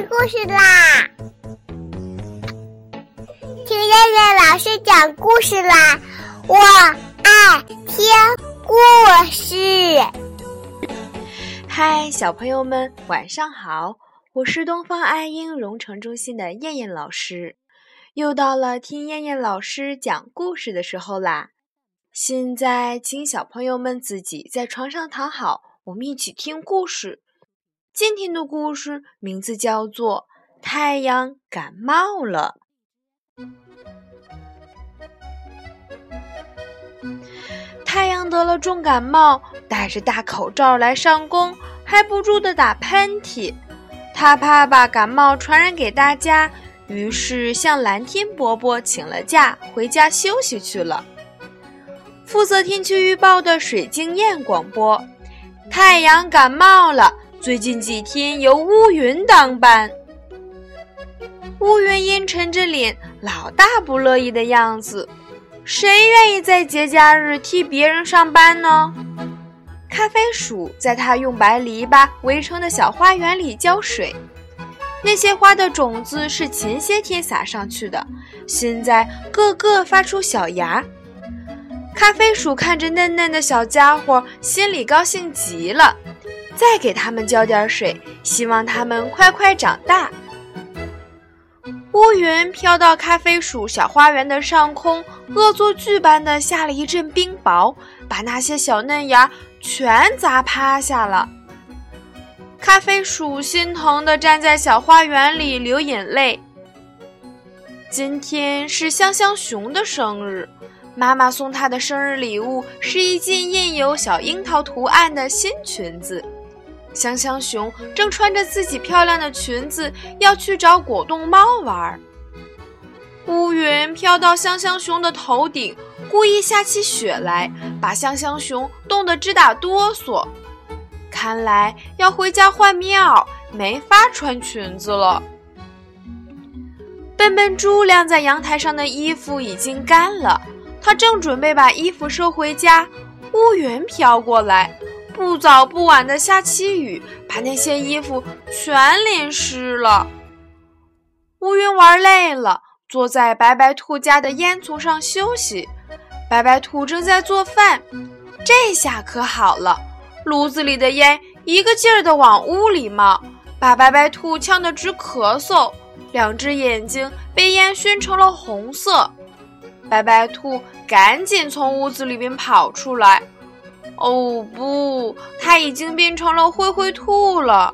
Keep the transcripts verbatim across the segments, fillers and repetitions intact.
故事啦！听燕燕老师讲故事啦，我爱听故事。 嗨，小朋友们，晚上好！我是东方爱婴蓉城中心的燕燕老师，又到了听燕燕老师讲故事的时候啦。现在，请小朋友们自己在床上躺好，我们一起听故事。今天的故事名字叫做《太阳感冒了》。太阳得了重感冒，戴着大口罩来上工，还不住地打喷嚏。他怕把感冒传染给大家，于是向蓝天伯伯请了假，回家休息去了。负责天气预报的水晶燕广播：太阳感冒了，最近几天由乌云当班。乌云阴沉着脸，老大不乐意的样子。谁愿意在节假日替别人上班呢？咖啡鼠在它用白篱笆围成的小花园里浇水，那些花的种子是前些天撒上去的，现在个个发出小芽。咖啡鼠看着嫩嫩的小家伙，心里高兴极了，再给它们浇点水，希望它们快快长大。乌云飘到咖啡鼠小花园的上空，恶作剧般的下了一阵冰雹，把那些小嫩芽全砸趴下了。咖啡鼠心疼地站在小花园里流眼泪。今天是香香熊的生日，妈妈送她的生日礼物是一件印有小樱桃图案的新裙子。香香熊正穿着自己漂亮的裙子要去找果冻猫玩。乌云飘到香香熊的头顶，故意下起雪来，把香香熊冻得直打哆嗦。看来要回家换棉袄，没法穿裙子了。笨笨猪晾在阳台上的衣服已经干了，他正准备把衣服收回家，乌云飘过来，不早不晚的下起雨，把那些衣服全淋湿了。乌云玩累了，坐在白白兔家的烟囱上休息。白白兔正在做饭，这下可好了，炉子里的烟一个劲儿地往屋里冒，把白白兔呛得直咳嗽，两只眼睛被烟熏成了红色。白白兔赶紧从屋子里边跑出来。哦不，它已经变成了灰灰兔了。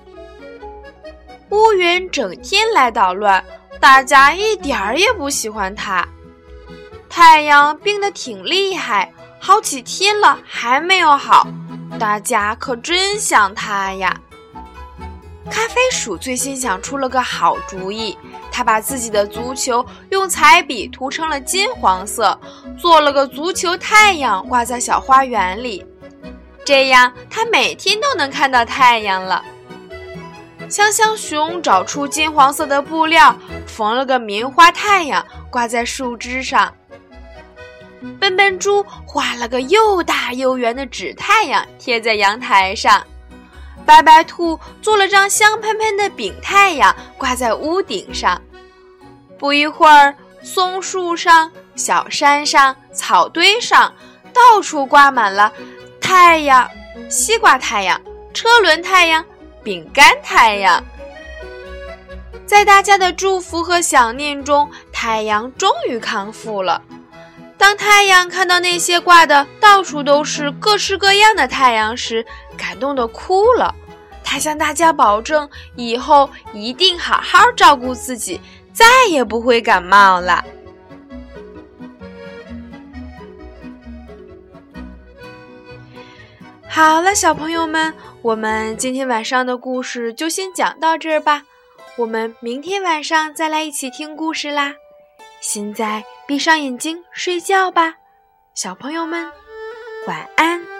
乌云整天来捣乱，大家一点儿也不喜欢它。太阳病得挺厉害，好几天了还没有好，大家可真想它呀。咖啡鼠最近想出了个好主意，他把自己的足球用彩笔涂成了金黄色，做了个足球太阳挂在小花园里，这样他每天都能看到太阳了。香香熊找出金黄色的布料，缝了个棉花太阳挂在树枝上。笨笨猪画了个又大又圆的纸太阳贴在阳台上。白白兔做了张香喷喷的饼太阳挂在屋顶上。不一会儿，松树上、小山上、草堆上，到处挂满了太阳、西瓜太阳、车轮太阳、饼干太阳。在大家的祝福和想念中，太阳终于康复了。当太阳看到那些挂的到处都是各式各样的太阳时，感动得哭了。他向大家保证，以后一定好好照顾自己，再也不会感冒了。好了，小朋友们，我们今天晚上的故事就先讲到这儿吧。我们明天晚上再来一起听故事啦。现在闭上眼睛睡觉吧，小朋友们，晚安。